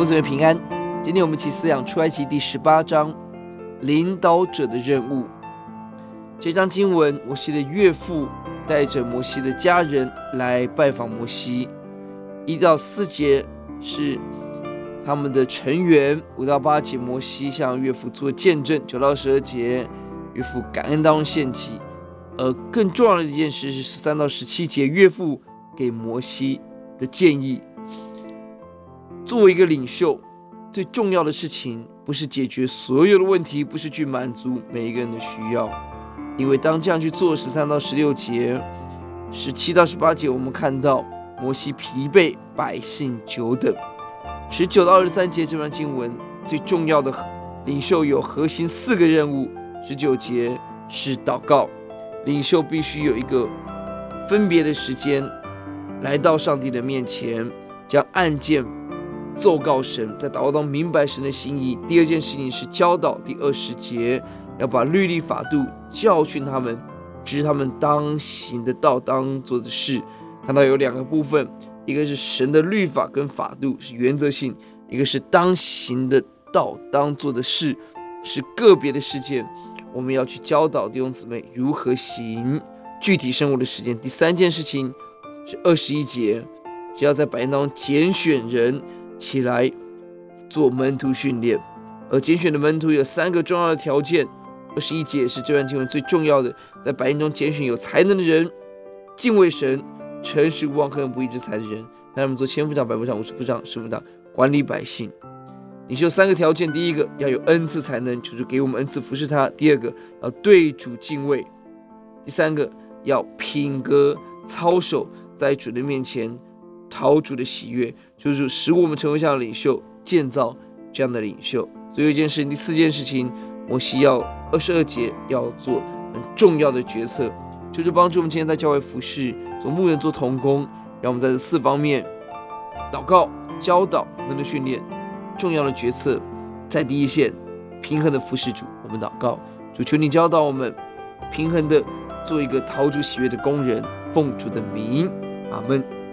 姊妹平安。今天我们一起思想出埃及第18章领导者的任务。这章经文，摩西的岳父带着摩西的家人来拜访摩西。1到4节是他们的成员，5到8节摩西向岳父做见证，9到12节岳父感恩当中献祭。而更重要的一件事是13到17节岳父给摩西的建议。作为一个领袖，最重要的事情不是解决所有的问题，不是去满足每一个人的需要，因为当这样去做，13到16节、17到18节，我们看到摩西疲惫，百姓久等。19到23节这段经文最重要的领袖有核心4个任务。19节是祷告，领袖必须有一个分别的时间来到上帝的面前，将案件奏告神，在祷告中明白神的心意。第二件事情是教导，第20节要把律例法度教训他们，指他们当行的道，当做的事。看到有2个部分，一个是神的律法跟法度是原则性，一个是当行的道，当做的事是个别的事件，我们要去教导弟兄姊妹如何行具体生活的实践。第3件事情是21节，是要在百姓当中拣选人起来做门徒训练，而拣选的门徒有3个重要的条件。21节是这段经文最重要的，在百姓中拣选有才能的人，敬畏神、诚实无妄、可恨不义之财的人，让他们做千夫长、百夫长、50夫长、10夫长，管理百姓。你是有3个条件：第一个要有恩赐才能，求主给我们恩赐服侍他；第二个要对主敬畏；第3个要品格操守，在主的面前讨主的喜悦，就是使我们成为这样的领袖，建造这样的领袖。最后一件事情，第4件事情，摩西要22节要做很重要的决策，就是帮助我们今天在教会服侍，做牧人、做同工，让我们在这4方面祷告、教导、门徒训练，重要的决策在第一线，平衡的服侍主。我们祷告，主求你教导我们平衡的做一个讨主喜悦的工人，奉主的名，阿们。